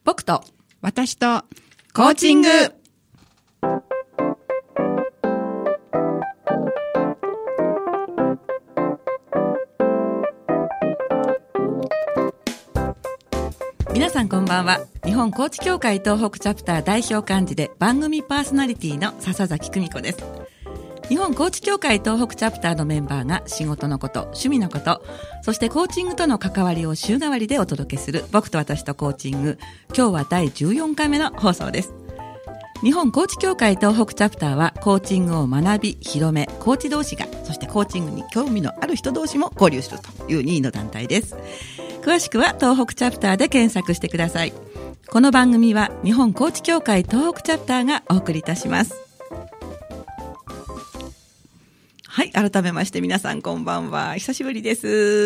僕と私とコーチング。皆さんこんばんは。日本コーチ協会東北チャプター代表幹事で番組パーソナリティの笹崎久美子です。日本コーチ協会東北チャプターのメンバーが仕事のこと、趣味のこと、そしてコーチングとの関わりを週替わりでお届けする僕と私とコーチング。今日は第14回目の放送です。日本コーチ協会東北チャプターはコーチングを学び、広め、コーチ同士が、そしてコーチングに興味のある人同士も交流するという任意の団体です。詳しくは東北チャプターで検索してください。この番組は日本コーチ協会東北チャプターがお送りいたします。はい、改めまして皆さんこんばんは。久しぶりです。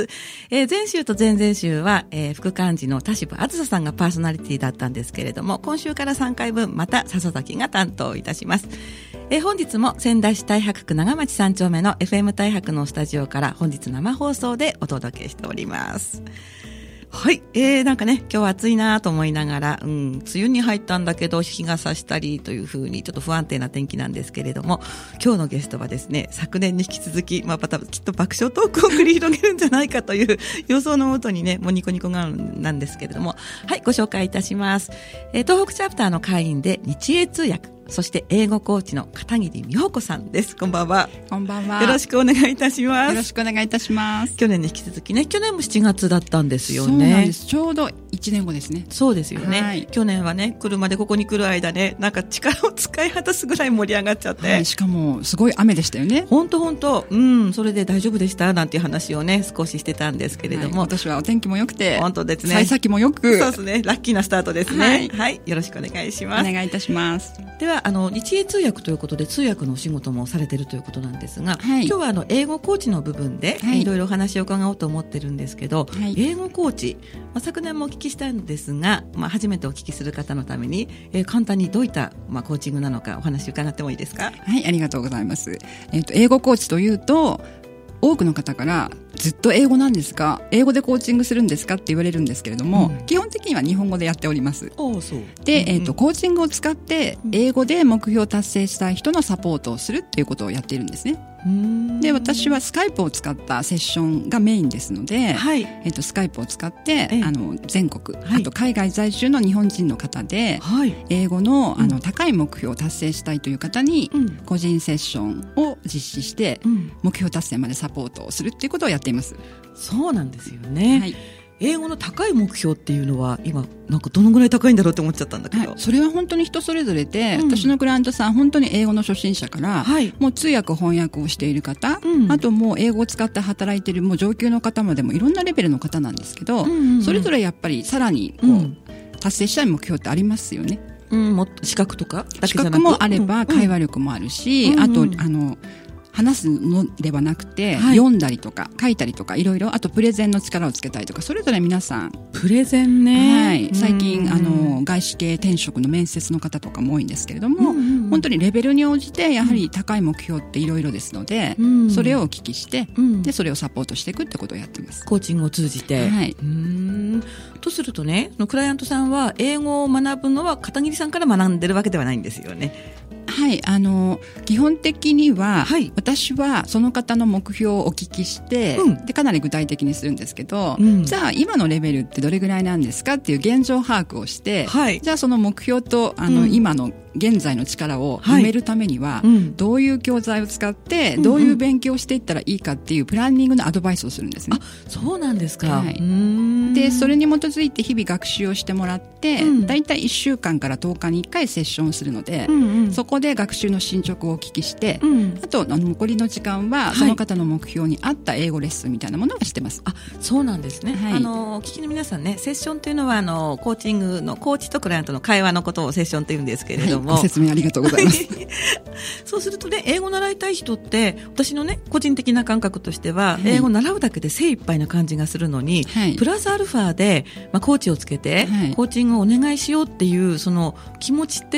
前週と前々週は、副幹事の田渋あずささんがパーソナリティだったんですけれども、今週から3回分また笹崎が担当いたします。本日も仙台市太白区長町3丁目の FM 太白のスタジオから本日生放送でお届けしております。はい、なんかね、今日は暑いなと思いながら、梅雨に入ったんだけど日が差したりという風にちょっと不安定な天気なんですけれども、今日のゲストはですね、昨年に引き続き、またきっと爆笑トークを繰り広げるんじゃないかという予想のもとにね、もうニコニコなんですけれども、はい、ご紹介いたします。東北チャプターの会員で日英通訳、そして英語コーチの片桐美穂子さんです。こんばんは。 こんばんは。 よろしくお願いいたします。 よろしくお願いいたします。 去年に引き続きね、去年も7月だったんですよね。 そうなんです。ちょうど1年後ですね。 そうですよね、 はい、 去年はね、車でここに来る間ね、なんか力を使い果たすぐらい盛り上がっちゃって、 はい、しかもすごい雨でしたよね。 本当それで大丈夫でしたなんていう話をね少ししてたんですけれども、 はい、今年はお天気も良くて、 本当ですね、 幸先もよく、 そうですね、ラッキーなスタートですね。 はい、 はい、よろしくお願いします。 お願いいたします。 では日英通訳ということで通訳のお仕事もされているということなんですが、 はい、 今日は英語コーチの部分で、いろいろお話を伺おうと思ってるんですけど、はい、英語コーチ、昨年もお聞きしたんですが、初めてお聞きする方のために、簡単にどういった、コーチングなのかお話伺ってもいいですか。 はい、ありがとうございます。英語コーチというと、多くの方からずっと英語なんですか、英語でコーチングするんですかって言われるんですけれども、基本的には日本語でやっております。 そうで、コーチングを使って英語で目標を達成したい人のサポートをするっていうことをやっているんですね。で、私はスカイプを使ったセッションがメインですので、はい、スカイプを使って全国、あと海外在住の日本人の方で、英語の高い目標を達成したいという方に個人セッションを実施して、目標達成までサポートをするっていうことをやっています。 そうなんですよね。 はい、 英語の高い目標っていうのは今なんかどのぐらい高いんだろうって思っちゃったんだけど、 それは本当に人それぞれで、私のクライアントさん本当に英語の初心者から、もう通訳翻訳をしている方、あともう英語を使って働いているもう上級の方までもいろんなレベルの方なんですけど、それぞれやっぱりさらに達成したい目標ってありますよね。 もっと資格とかだけじゃなく、 資格もあれば会話力もあるし、あと話すのではなくて、読んだりとか書いたりとかいろいろ、あとプレゼンの力をつけたりとか、それぞれ皆さんプレゼンね、 はい、最近外資系転職の面接の方とかも多いんですけれども、本当にレベルに応じてやはり高い目標っていろいろですので、それをお聞きして、でそれをサポートしていくってことをやってます。 コーチングを通じて、 はい、 とするとね、クライアントさんは英語を学ぶのは片桐さんから学んでるわけではないんですよね。 はい、基本的には、私はその方の目標をお聞きして、でかなり具体的にするんですけど、じゃあ今のレベルってどれぐらいなんですかっていう現状把握をして、じゃあその目標と今の現在の力を埋めるためには、どういう教材を使ってどういう勉強をしていったらいいかっていうプランニングのアドバイスをするんですね。 そうなんですか。 でそれに基づいて日々学習をしてもらって、だいたい1週間から10日に1回セッションをするので、そこで学習の進捗をお聞きして、あと残りの時間はその方の目標に合った英語レッスンみたいなものをしてます。 そうなんですね。聞きの皆さんね、セッションというのはコーチングのコーチとクライアントの会話のことをセッションというんですけれども、 ご説明ありがとうございます。 そうするとね、英語習いたい人って私のね個人的な感覚としては、英語習うだけで精一杯な感じがするのに、プラスアルファで、コーチをつけて、コーチングをお願いしようっていうその気持ちってね、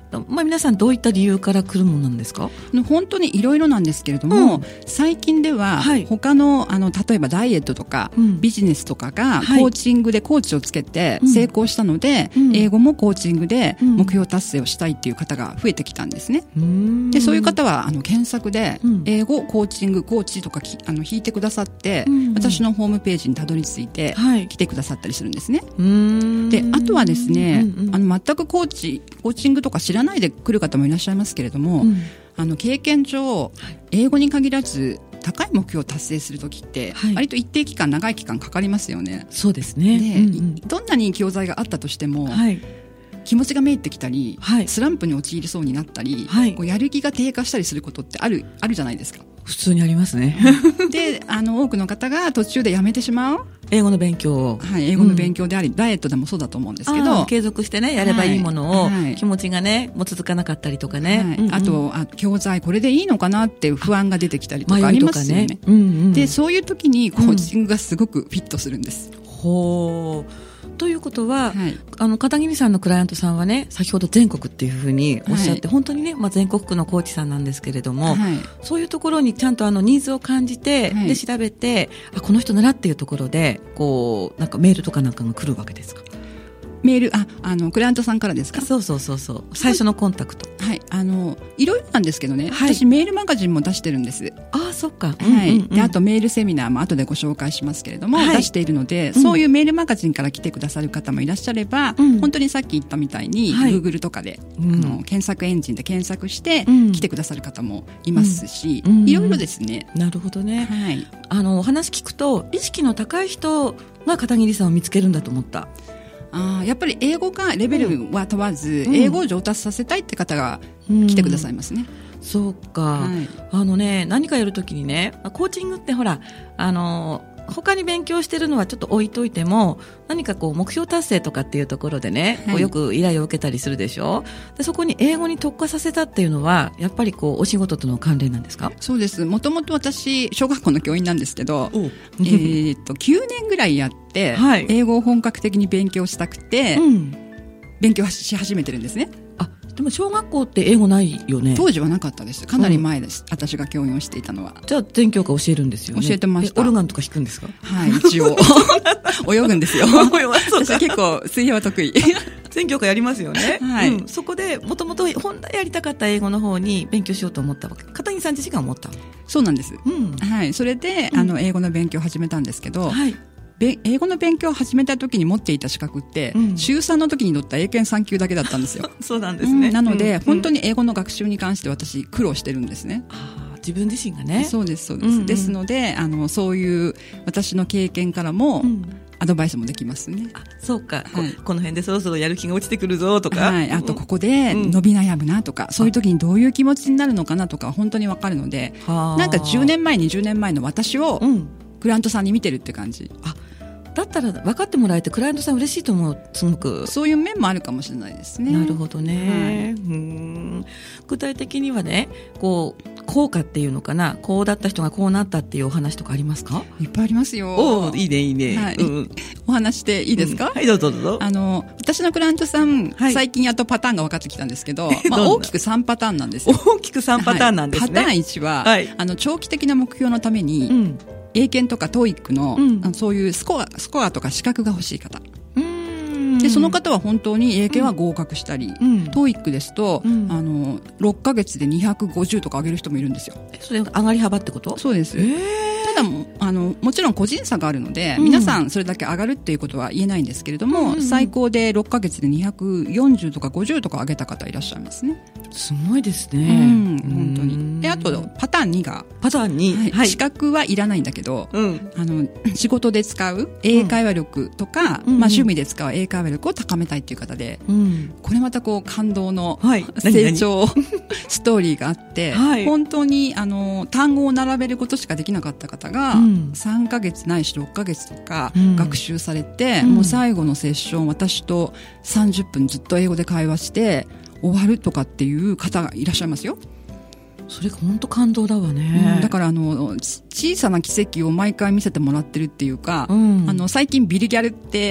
皆さんどういった理由から来るものなんですか？ 本当にいろいろなんですけれども、最近では他の、例えばダイエットとか、ビジネスとかがコーチングでコーチをつけて成功したので、英語もコーチングで目標達成をしたいっていう方が増えてきたんですね。でそういう方は検索で英語コーチングコーチとか引いてくださって、私のホームページにたどり着いて来てくださったりするんですね。であとはですね、全くコーチングとか知らないで来る方もいらっしゃいますけれども、経験上英語に限らず高い目標を達成するときって、割と一定期間長い期間かかりますよね。 そうですね。 で、どんなに教材があったとしても、気持ちがめいってきたり、スランプに陥りそうになったり、こうやる気が低下したりすることってあるじゃないですか。 普通にありますね。 で多くの方が途中でやめてしまう英語の勉強を、 英語の勉強であり、ダイエットでもそうだと思うんですけど、 継続してねやればいいものを、気持ちがねもう続かなかったりとかね、 あと教材これでいいのかなって不安が出てきたりとかありますよね。でそういう時にコーチングがすごくフィットするんです。 ほう。ということは、片桐さんのクライアントさんはね、先ほど全国っていうふうにおっしゃって、本当にね、全国区のコーチさんなんですけれども、そういうところにちゃんとニーズを感じて、で調べて、この人ならっていうところでこうなんかメールとかなんかが来るわけですか？ メールクライアントさんからですか？ そう最初のコンタクト。 いろいろなんですけどね、私メールマガジンも出してるんです。 そっか。 であとメールセミナーも後でご紹介しますけれども、出しているので、そういうメールマガジンから来てくださる方もいらっしゃれば、本当にさっき言ったみたいに、Google とかで、検索エンジンで検索して来てくださる方もいますし、いろいろですね。 なるほどね。お話聞くと意識の高い人が片桐さんを見つけるんだと思った。 やっぱり英語かレベルは問わず、英語を上達させたいって方が来てくださいますね。 そうか。何かやるときにね、コーチングってほら他に勉強してるのはちょっと置いといても、何かこう目標達成とかっていうところでね、こうよく依頼を受けたりするでしょ。でそこに英語に特化させたっていうのはやっぱりこうお仕事との関連なんですか？ そうです。もともと私小学校の教員なんですけど、9年ぐらいやって、英語を本格的に勉強したくて、勉強し始めてるんですね。 でも小学校って英語ないよね。 当時はなかったです。かなり前です、私が教員をしていたのは。 じゃあ全教科教えるんですよね。 教えてました。 オルガンとか弾くんですか？ 一応泳ぐんですよ。私結構水泳は得意。 全教科やりますよね。そこでもともと本来やりたかった英語の方に勉強しようと思ったわけ。片桐さん自身が思った？ そうなんです。それで英語の勉強を始めたんですけど、英語の勉強を始めた時に持っていた資格って、中3の時に取った英検3級だけだったんですよ。 そうなんですね。 なので、本当に英語の学習に関して私苦労してるんですね。 自分自身がね。 そうです。ですのでそういう私の経験からも、アドバイスもできますね。 そうか、この辺でそろそろやる気が落ちてくるぞとか、 あとここで伸び悩むなとか、そういう時にどういう気持ちになるのかなとか本当に分かるので、なんか10年前20年前の私をクライアントさんに見てるって感じ。 だったら分かってもらえてクライアントさん嬉しいと思う。すごくそういう面もあるかもしれないですね。 なるほどね。具体的にはね、こう効果っていうのかな、こうだった人がこうなったっていうお話とかありますか？ いっぱいありますよ。 いいねいいね。 お話していいですか？ どうぞどうぞ。 私のクライアントさん、最近やっとパターンが分かってきたんですけど、大きく3パターンなんですよ。 大きく3パターンなんですね。 パターン1は、長期的な目標のために、英検とか TOEIC の、そういうスコアとか資格が欲しい方で、その方は本当に英検は合格したり、TOEIC ですと、6ヶ月で250とか上げる人もいるんですよ。 それ上がり幅ってこと？そうです。 ただもちろん個人差があるので、皆さんそれだけ上がるっていうことは言えないんですけれども、最高で6ヶ月で240とか50とか上げた方いらっしゃいますね。 すごいですね。 本当に。であとパターン2が、資格はいらないんだけど、仕事で使う英会話力とか、趣味で使う英会話力を高めたいっていう方で、これまたこう感動の成長ストーリーがあって、本当に単語を並べることしかできなかった方が、3ヶ月ないし6ヶ月とか学習されて、もう最後のセッション私と30分ずっと英語で会話して終わるとかっていう方がいらっしゃいますよ。 それが本当感動だわね。 だから小さな奇跡を毎回見せてもらってるっていうか、最近ビリギャルって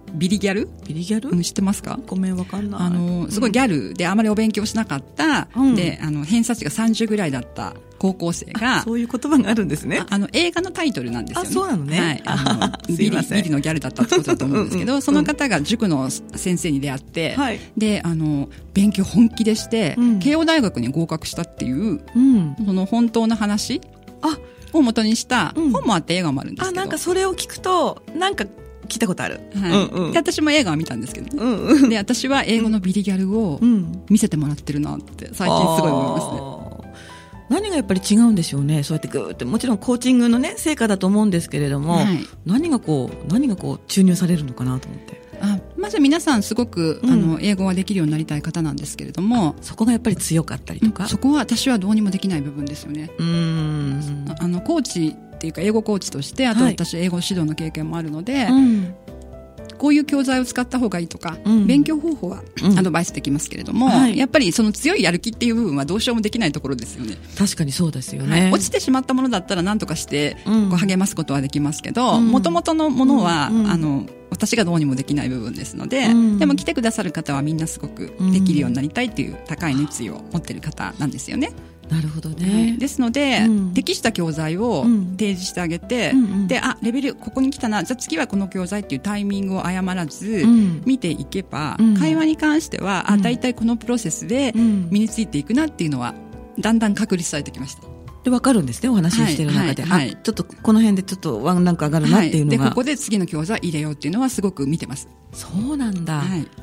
ビリギャル、知ってますか？ ごめん、わかんない。 すごいギャルであまりお勉強しなかった、で偏差値が30ぐらいだった高校生が、 そういう言葉があるんですね。 映画のタイトルなんですよね。 そうなのね。 はい。ビリのギャルだったってことだと思うんですけど、その方が塾の先生に出会って、で勉強本気でして、慶応大学に合格したっていう、その本当の話を元にした本もあって映画もあるんですけど、 なんかそれを聞くとなんか聞いたことある。 で私も映画を見たんですけどね。で私は英語のビリギャルを見せてもらってるなって最近すごい思いますね。 何がやっぱり違うんでしょうね。そうやってグーって、もちろんコーチングのね成果だと思うんですけれども、何がこう注入されるのかなと思って。 まず皆さんすごく、英語ができるようになりたい方なんですけれども、 そこがやっぱり強かったりとか、 そこは私はどうにもできない部分ですよね。コーチっていうか英語コーチとして、あと私英語指導の経験もあるので、こういう教材を使った方がいいとか、勉強方法はアドバイスできますけれども、やっぱりその強いやる気っていう部分はどうしようもできないところですよね。 確かにそうですよね。 落ちてしまったものだったら何とかしてこう励ますことはできますけど、元々のものは、私がどうにもできない部分ですので、でも来てくださる方はみんなすごくできるようになりたいっていう高い熱意を持っている方なんですよね。 なるほどね。 ですので、適した教材を提示してあげて、で、レベルここに来たな、じゃあ次はこの教材っていうタイミングを誤らず見ていけば、会話に関してはだいたいこのプロセスで身についていくなっていうのはだんだん確立されてきました。 で分かるんですね、お話をしている中で、ちょっとこの辺でちょっとワンランク上がるなっていうのが、 でここで次の教材入れようっていうのはすごく見てます。 そうなんだ。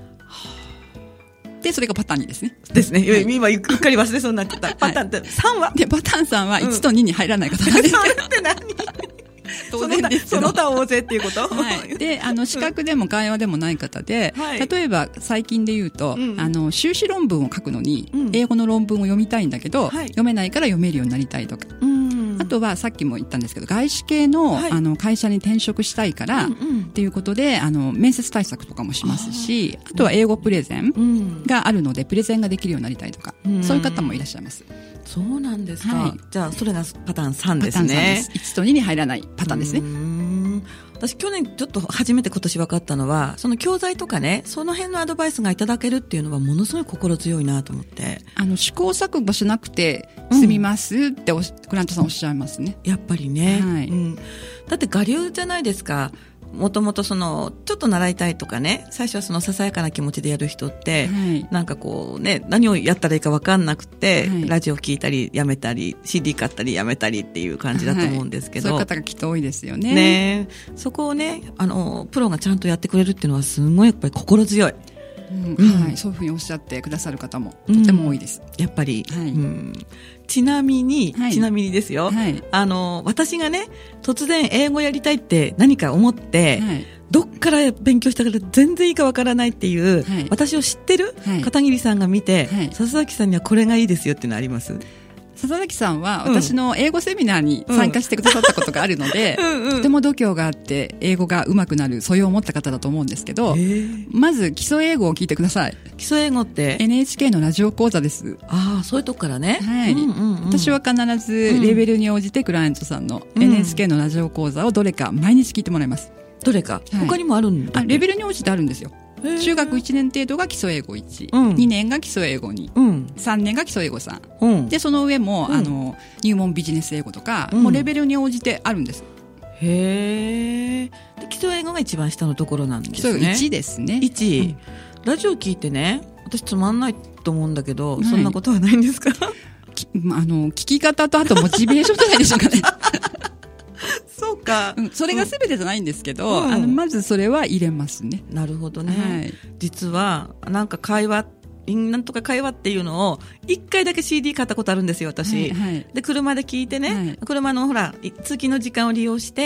でそれがパターン2ですね。 ですね。今うっかり忘れそうになっちゃった。パターンって3は？ でパターン3は1と2に入らない方なんですけど。 3って何？当然ですけど、その他大勢っていうこと、 で資格でも会話でもない方で、例えば最近で言うと、修士論文を書くのに、英語の論文を読みたいんだけど、読めないから読めるようになりたいとか、あとはさっきも言ったんですけど外資系の、会社に転職したいから、っていうことで面接対策とかもしますし、あとは英語プレゼンがあるので、プレゼンができるようになりたいとか、そういう方もいらっしゃいます。 そうなんですか。じゃあそれがパターン3ですね。 パターン3です。1と2に入らないパターンですね。 私去年ちょっと初めて今年分かったのは、その教材とかね、その辺のアドバイスがいただけるっていうのはものすごい心強いなと思って。 試行錯誤しなくて済みますってクライアントさんおっしゃいますね。 やっぱりね、だって我流じゃないですか。もともとちょっと習いたいとかね、最初はそのささやかな気持ちでやる人って、なんかこうね、何をやったらいいか分かんなくて、ラジオ聞いたりやめたり CD 買ったりやめたりっていう感じだと思うんですけど、 そういう方がきっと多いですよね。 ね、そこをね、プロがちゃんとやってくれるっていうのはすごいやっぱり心強い。 そういうふうにおっしゃってくださる方もとても多いです。 やっぱり、ちなみにですよ、私がね突然英語やりたいって何か思って、どっから勉強したから全然いいかわからないっていう、私を知ってる片桐さんが見て、笹崎さんにはこれがいいですよっていうのあります？ 笹崎さんは私の英語セミナーに参加してくださったことがあるので、とても度胸があって英語が上手くなる素養を持った方だと思うんですけど、まず基礎英語を聞いてください。 基礎英語って NHK のラジオ講座です。 そういうとこからね。 私は必ずレベルに応じてクライアントさんの NHK のラジオ講座をどれか毎日聞いてもらいます。 どれか、他にもあるんだっけ？ レベルに応じてあるんですよ。中学1年程度が基礎英語1、2年が基礎英語2、3年が基礎英語3、でその上も、入門ビジネス英語とか、もうレベルに応じてあるんです。 へー。で基礎英語が一番下のところなんですね。 基礎英語1ですね。 1、ラジオ聞いてね、私つまんないと思うんだけど、そんなことはないんですか？ 聞き方とあとモチベーションじゃないでしょうかね。 そうか、 それが全てじゃないんですけど、まずそれは入れますね。 なるほどね、実はなんかなんとか会話っていうのを1回だけ CD 買ったことあるんですよ私、で車で聞いてね、車のほら通勤の時間を利用して、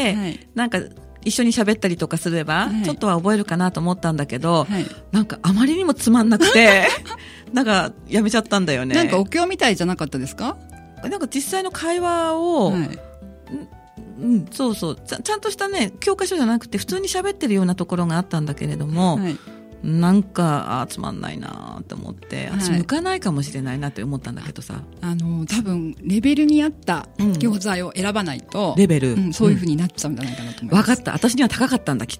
なんか一緒に喋ったりとかすれば、ちょっとは覚えるかなと思ったんだけど、なんかあまりにもつまんなくてなんかやめちゃったんだよね。 なんかお経みたいじゃなかったですか？ なんか実際の会話を、そうそう、ちゃんとしたね教科書じゃなくて普通に喋ってるようなところがあったんだけれども、なんかつまんないなと思って、私向かないかもしれないなって思ったんだけどさ、 多分レベルに合った教材を選ばないと、 レベル、 そういう風になっちゃうんじゃないかなと思います。 分かった、私には高かったんだきっと。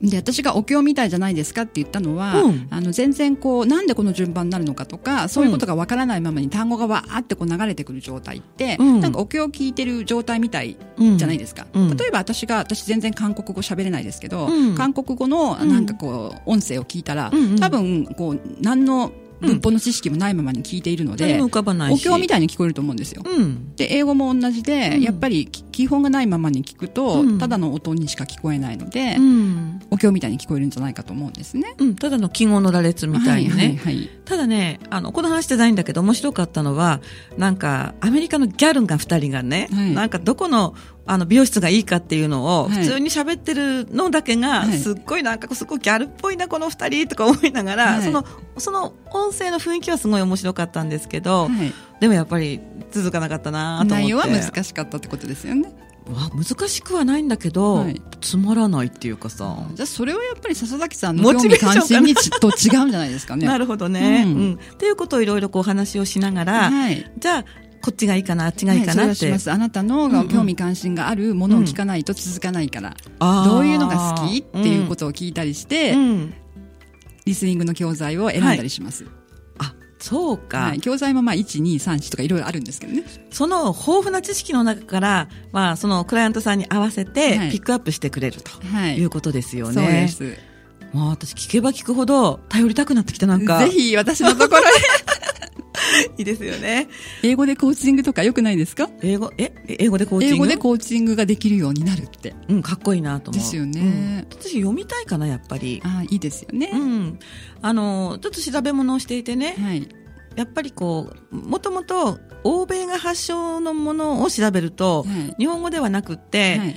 で、私がお経みたいじゃないですかって言ったのは、全然なんでこの順番になるのかとか、そういうことがわからないままに単語がわーって流れてくる状態って、なんかお経を聞いてる状態みたいじゃないですか。例えば私全然韓国語喋れないですけど、韓国語のなんか音声を聞いたら、多分何の文法の知識もないままに聞いているので、お経みたいに聞こえると思うんですよ。で、英語も同じで、やっぱり基本がないままに聞くと、ただの音にしか聞こえないので、お経みたいに聞こえるんじゃないかと思うんですね。 ただの記号の羅列みたいにね。ただね、この話じゃないんだけど、面白かったのは、なんか、アメリカのギャルが2人がね、なんかどこの、美容室がいいかっていうのを、普通に喋ってるのだけが、すっごいなんか、すごいギャルっぽいな、この2人とか思いながら、その音声の雰囲気はすごい面白かったんですけど、でもやっぱり続かなかったなと思って。 内容は難しかったってことですよね。 難しくはないんだけど、つまらないっていうかさ。 じゃあそれはやっぱり笹崎さんの興味関心にと違うんじゃないですかね。 なるほどね。っていうことをいろいろお話をしながら、じゃあ、こっちがいいかな、あっちがいいかなって。 します。あなたの興味関心があるものを聞かないと続かないから、どういうのが好きっていうことを聞いたりして、リスニングの教材を選んだりします。 そうか。 教材も1、2、3、4とかいろいろあるんですけどね。 その豊富な知識の中から、そのクライアントさんに合わせてピックアップしてくれるということですよね。 そうです。 私聞けば聞くほど頼りたくなってきたなんか。 ぜひ私のところへ。 いいですよね。 英語でコーチングとか良くないですか？ 英語でコーチング？ 英語でコーチングができるようになるって。 かっこいいなと思う。 ですよね。 私読みたいかな、やっぱり。 いいですよね。 ちょっと調べ物をしていてね。やっぱりもともと欧米が発祥のものを調べると、日本語ではなくって、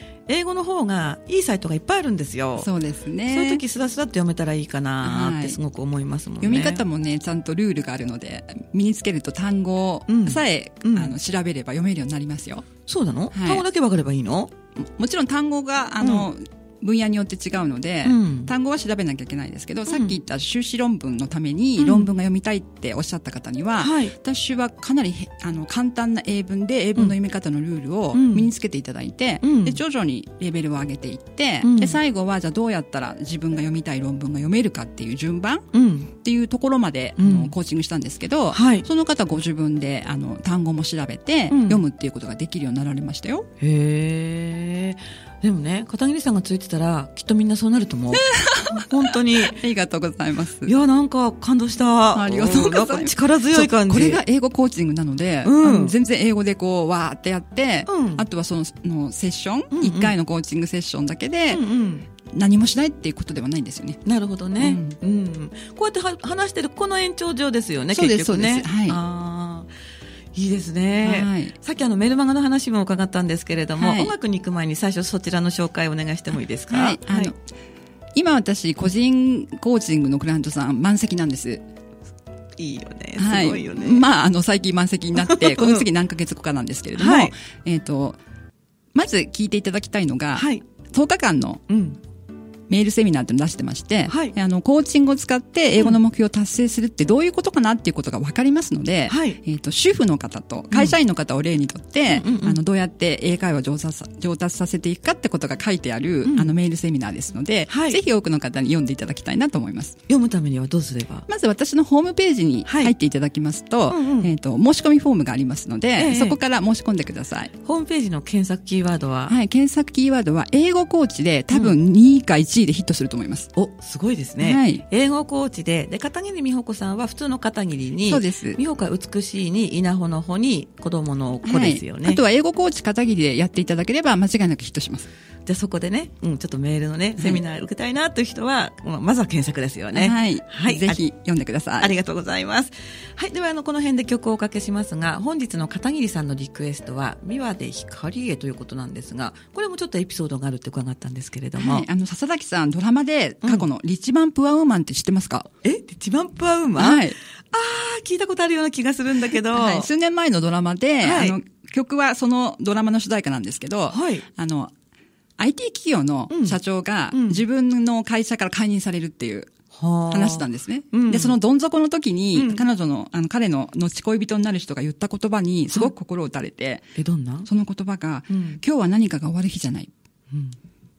英語の方がいいサイトがいっぱいあるんですよ。 そうですね。 そういう時スラスラって読めたらいいかなってすごく思いますもんね。 読み方もね、ちゃんとルールがあるので、身につけると単語さえ、調べれば読めるようになりますよ。 そうなの？単語だけ分かればいいの？ もちろん単語が、分野によって違うので、単語は調べなきゃいけないですけど、さっき言った修士論文のために論文が読みたいっておっしゃった方には、私はかなり簡単な英文で英文の読み方のルールを身につけていただいて、で徐々にレベルを上げていって、で最後はじゃあどうやったら自分が読みたい論文が読めるかっていう順番、っていうところまで、コーチングしたんですけど、その方ご自分で単語も調べて、読むっていうことができるようになられましたよ。 へー。でもね、片桐さんがついてたらきっとみんなそうなると思う。本当に。 ありがとうございます。 いや、なんか感動した。 ありがとうございます。 なんか力強い感じ。 これが英語コーチングなので、全然英語でわーってやって、あとはそのセッション、1回のコーチングセッションだけで、何もしないっていうことではないんですよね。 なるほどね。こうやって話してるこの延長上ですよね、結局ね。いいですね。さっきメルマガの話も伺ったんですけれども、音楽に行く前に最初そちらの紹介をお願いしてもいいですか？ 今私個人コーチングのクライアントさん満席なんです。 いいよね。すごいよね。 最近満席になって、この次何ヶ月後かなんですけれども、まず聞いていただきたいのが、10日間のメールセミナーっていうのを出してまして、コーチングを使って英語の目標を達成するってどういうことかなっていうことが分かりますので、主婦の方と会社員の方を例にとって、どうやって英会話を上達させていくかってことが書いてある、メールセミナーですので、ぜひ多くの方に読んでいただきたいなと思います。 読むためにはどうすれば？ まず私のホームページに入っていただきますと、申し込みフォームがありますので、そこから申し込んでください。 ホームページの検索キーワードは？ 検索キーワードは英語コーチで多分2位か1位でヒットすると思います。 すごいですね。英語コーチで、片桐美穂子さんは普通の片桐に、 そうです。 美穂子は美しいに、稲穂の穂に、子供の子ですよね。 あとは英語コーチ片桐でやっていただければ間違いなくヒットします。 じゃあそこでね、ちょっとメールのね、セミナー受けたいなという人は、まずは検索ですよね。 ぜひ読んでください。 ありがとうございます。ではこの辺で曲をおかけしますが、本日の片桐さんのリクエストは、美和で光へということなんですが、これもちょっとエピソードがあるって伺ったんですけれども。 笹崎さん、ドラマで過去のリッチマン・プアウーマンって知ってますか？ リッチマン・プアウーマン？聞いたことあるような気がするんだけど。 数年前のドラマで、曲はそのドラマの主題歌なんですけど、IT 企業の社長が自分の会社から解任されるっていう話なんですね。で、そのどん底の時に、彼の後恋人になる人が言った言葉にすごく心打たれて、 どんな？ その言葉が、今日は何かが終わる日じゃない。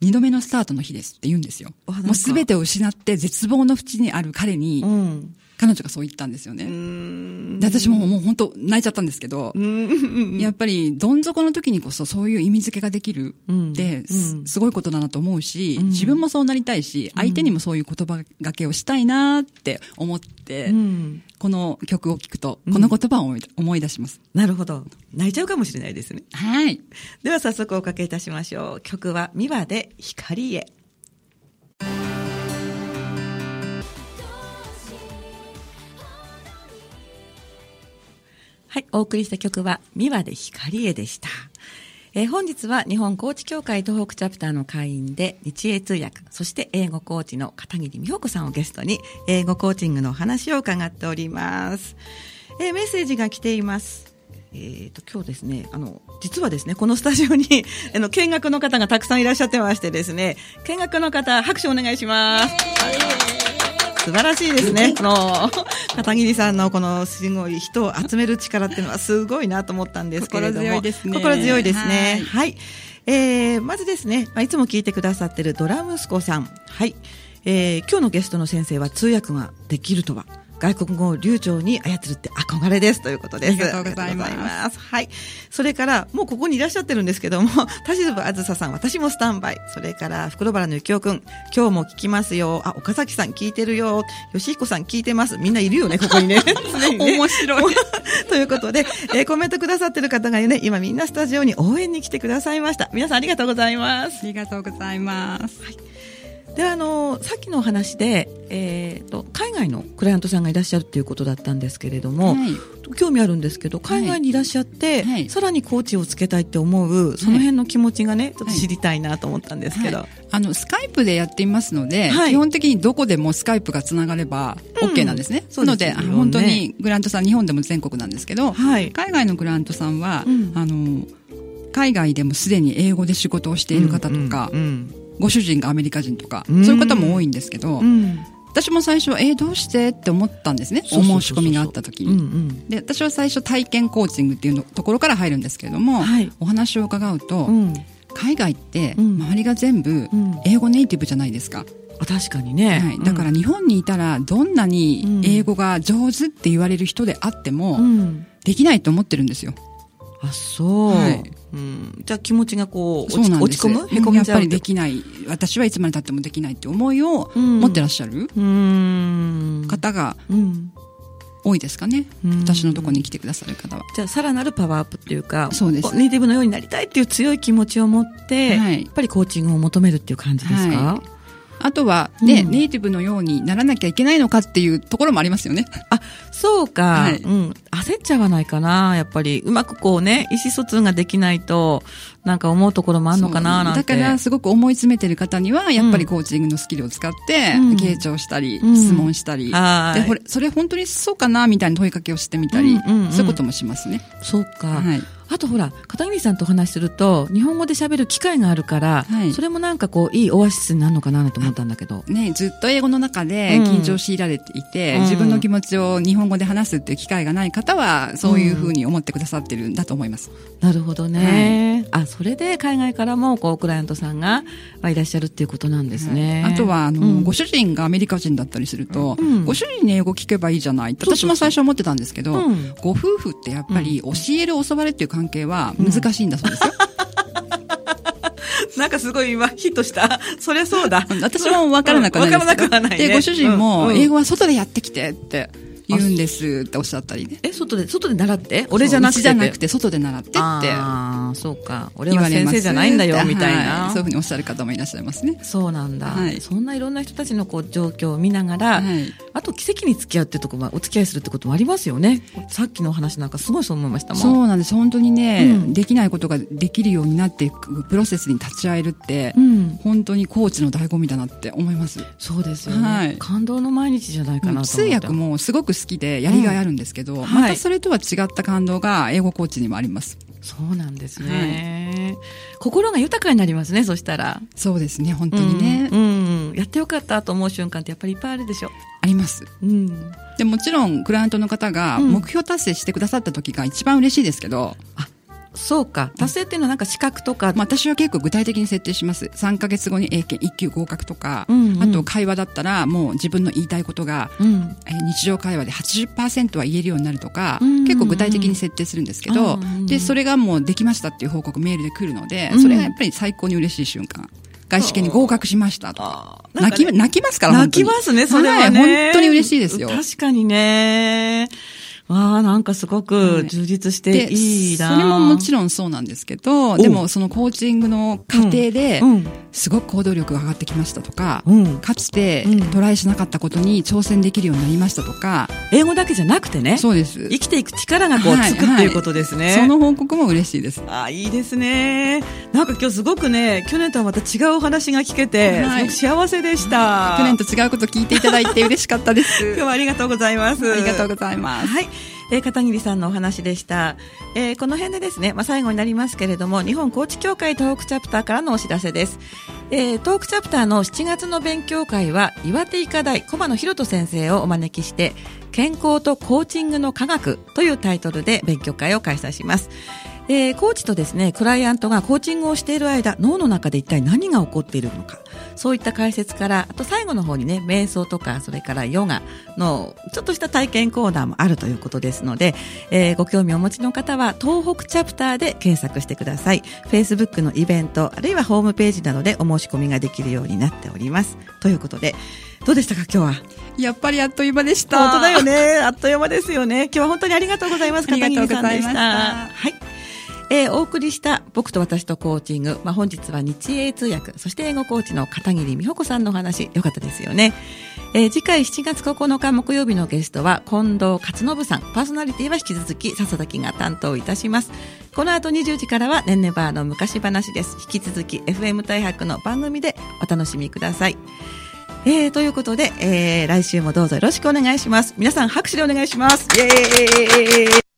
2度目のスタートの日ですって言うんですよ。もう全てを失って絶望の淵にある彼に、彼女がそう言ったんですよね。で、私ももう本当泣いちゃったんですけど、やっぱりどん底の時にこそそういう意味付けができるって、すごいことだなと思うし、自分もそうなりたいし、相手にもそういう言葉がけをしたいなって思って、この曲を聴くと、この言葉を思い出します。 なるほど。泣いちゃうかもしれないですね。 はい。 では早速おかけいたしましょう。曲はミワで光へ。はい、お送りした曲はミワで光へでした。本日は日本コーチ協会東北チャプターの会員で日英通訳、そして英語コーチの片桐美穂子さんをゲストに英語コーチングのお話を伺っております。メッセージが来ています。今日ですね、実はですね、このスタジオに見学の方がたくさんいらっしゃってましてですね、見学の方拍手お願いします。素晴らしいですね。この片桐さんのこのすごい人を集める力っていうのはすごいなと思ったんですけれども、 心強いですね。 心強いですね。はい。まずですね、いつも聞いてくださっているドラ息子さん。はい。今日のゲストの先生は通訳ができるとは、外国語を流暢に操るって憧れですということです。 ありがとうございます。 はい。それから、もうここにいらっしゃってるんですけども、田代あずささん、私もスタンバイ。それから、袋原のゆきおくん、今日も聞きますよ。あ、岡崎さん聞いてるよ。吉彦さん聞いてます。みんないるよね、ここにね。 面白い。 ということで、コメントくださってる方がね、今みんなスタジオに応援に来てくださいました。皆さんありがとうございます。 ありがとうございます。 はい。で、さっきのお話で、海外のクライアントさんがいらっしゃるっていうことだったんですけれども、はい、興味あるんですけど、海外にいらっしゃって、はい、さらにコーチをつけたいって思う、その辺の気持ちがね、ちょっと知りたいなと思ったんですけど。はい、 スカイプでやっていますので、はい、基本的にどこでもスカイプがつながれば OK なんですね。なので、本当にグライアントさん、日本でも全国なんですけど、はい、海外のグライアントさんは、海外でもすでに英語で仕事をしている方とか、ご主人がアメリカ人とか、そういう方も多いんですけど、私も最初どうしてって思ったんですね。お申し込みがあった時に。で、私は最初体験コーチングっていうところから入るんですけれども、はい、お話を伺うと、海外って周りが全部英語ネイティブじゃないですか。 確かにね、 はい、だから日本にいたらどんなに英語が上手って言われる人であっても、できないと思ってるんですよ。 あ、そう、はい、じゃあ気持ちがこう落ち込む、へこみちゃう。 やっぱりできない、私はいつまで経ってもできないって思いを持ってらっしゃる方が多いですかね。私のところに来てくださる方は。 じゃあさらなるパワーアップっていうか、 そうです。 ネイティブのようになりたいっていう強い気持ちを持って、はい、やっぱりコーチングを求めるっていう感じですか？はい、 あとはね、ネイティブのようにならなきゃいけないのかっていうところもありますよね。 あ、そうか。はい、焦っちゃわないかな。やっぱりうまくこうね、意思疎通ができないとなんか思うところもあるのかななんて。 だからすごく思い詰めてる方にはやっぱりコーチングのスキルを使って傾聴したり、質問したり、でそれ本当にそうかなみたいな問いかけをしてみたり、そういうこともしますね。 そうか。はい。あとほら、片桐さんとお話しすると日本語で喋る機会があるから、はい、それもなんかこういいオアシスになるのかなと思ったんだけどね。ずっと英語の中で緊張を強いられていて、自分の気持ちを日本語で話すっていう機会がない方はそういうふうに思ってくださってるんだと思います。 なるほどね。はい、それで海外からもこうクライアントさんがいらっしゃるっていうことなんですね。 はい、あとはご主人がアメリカ人だったりすると、ご主人に英語聞けばいいじゃないって私も最初思ってたんですけど、ご夫婦ってやっぱり教える教わるっていう関係は難しいんだそうですよ。 なんかすごい今ヒットした。そりゃそうだ。 私も分からなくはないですけど。 分からなくはないね。 で、ご主人も英語は外でやってきてって言うんですっておっしゃったりね。 外で習って？俺じゃなくて。 じゃなくて外で習ってって。 ああ、そうか。俺は先生じゃないんだよみたいな、 はい。そういうふうにおっしゃる方もいらっしゃいますね。 そうなんだ。はい、そんないろんな人たちのこう状況を見ながら、はい、あと奇跡に付き合うってとこもお付き合いするってこともありますよね。さっきの話なんかすごいそう思いましたもん。 そうなんです。本当にね、できないことができるようになっていくプロセスに立ち会えるって、本当にコーチの醍醐味だなって思います。 そうですよね。はい、感動の毎日じゃないかなと思って。 通訳もすごく好きでやりがいあるんですけど、またそれとは違った感動が英語コーチにもあります。 そうなんですね。はい、心が豊かになりますね。そしたら。 そうですね。本当にね。 やってよかったと思う瞬間ってやっぱりいっぱいあるでしょ。 あります。でもちろんクライアントの方が目標達成してくださった時が一番嬉しいですけど。 そうか。達成っていうのはなんか資格とか。 私は結構具体的に設定します。3ヶ月後に英検1級合格とか、あと会話だったらもう自分の言いたいことが、日常会話で 80% は言えるようになるとか、結構具体的に設定するんですけど、で、それがもうできましたっていう報告メールで来るので、それがやっぱり最高に嬉しい瞬間。外資系に合格しましたとか。泣きますから、 泣きますね、それはね。 本当に嬉しいですよ。 確かにね。わあ、なんかすごく充実していいな、 それももちろんそうなんですけど、でもそのコーチングの過程で、すごく行動力が上がってきましたとか、かつてトライしなかったことに挑戦できるようになりましたとか。 英語だけじゃなくてね。 そうです。 生きていく力がこうつくっていうことですね。 その報告も嬉しいです。 いいですね。なんか今日すごくね、去年とはまた違うお話が聞けて、すごく幸せでした。 去年と違うこと聞いていただいて嬉しかったです。 今日はありがとうございます。 ありがとうございます。 はい。片桐さんのお話でした。この辺でですね、最後になりますけれども、日本コーチ協会東北チャプターからのお知らせです。東北チャプターの7月の勉強会は、岩手医科大駒野博人先生をお招きして、健康とコーチングの科学というタイトルで勉強会を開催します。コーチとですね、クライアントがコーチングをしている間、脳の中で一体何が起こっているのか、そういった解説から、あと最後の方にね、瞑想とか、それからヨガのちょっとした体験コーナーもあるということですので、ご興味をお持ちの方は、東北チャプターで検索してください。Facebook のイベント、あるいはホームページなどでお申し込みができるようになっております。ということで、どうでしたか、今日は。 やっぱりあっという間でした。 本当だよね。あっという間ですよね。今日は本当にありがとうございます。片桐さんでした。はい。お送りした僕と私とコーチング、本日は日英通訳、そして英語コーチの片桐美穂子さんのお話、よかったですよね。次回7月9日木曜日のゲストは近藤勝信さん、パーソナリティは引き続き笹崎が担当いたします。この後20時からはねんねバーの昔話です。引き続き FM 大白の番組でお楽しみください。ということで、来週もどうぞよろしくお願いします。皆さん拍手でお願いします。イエーイ。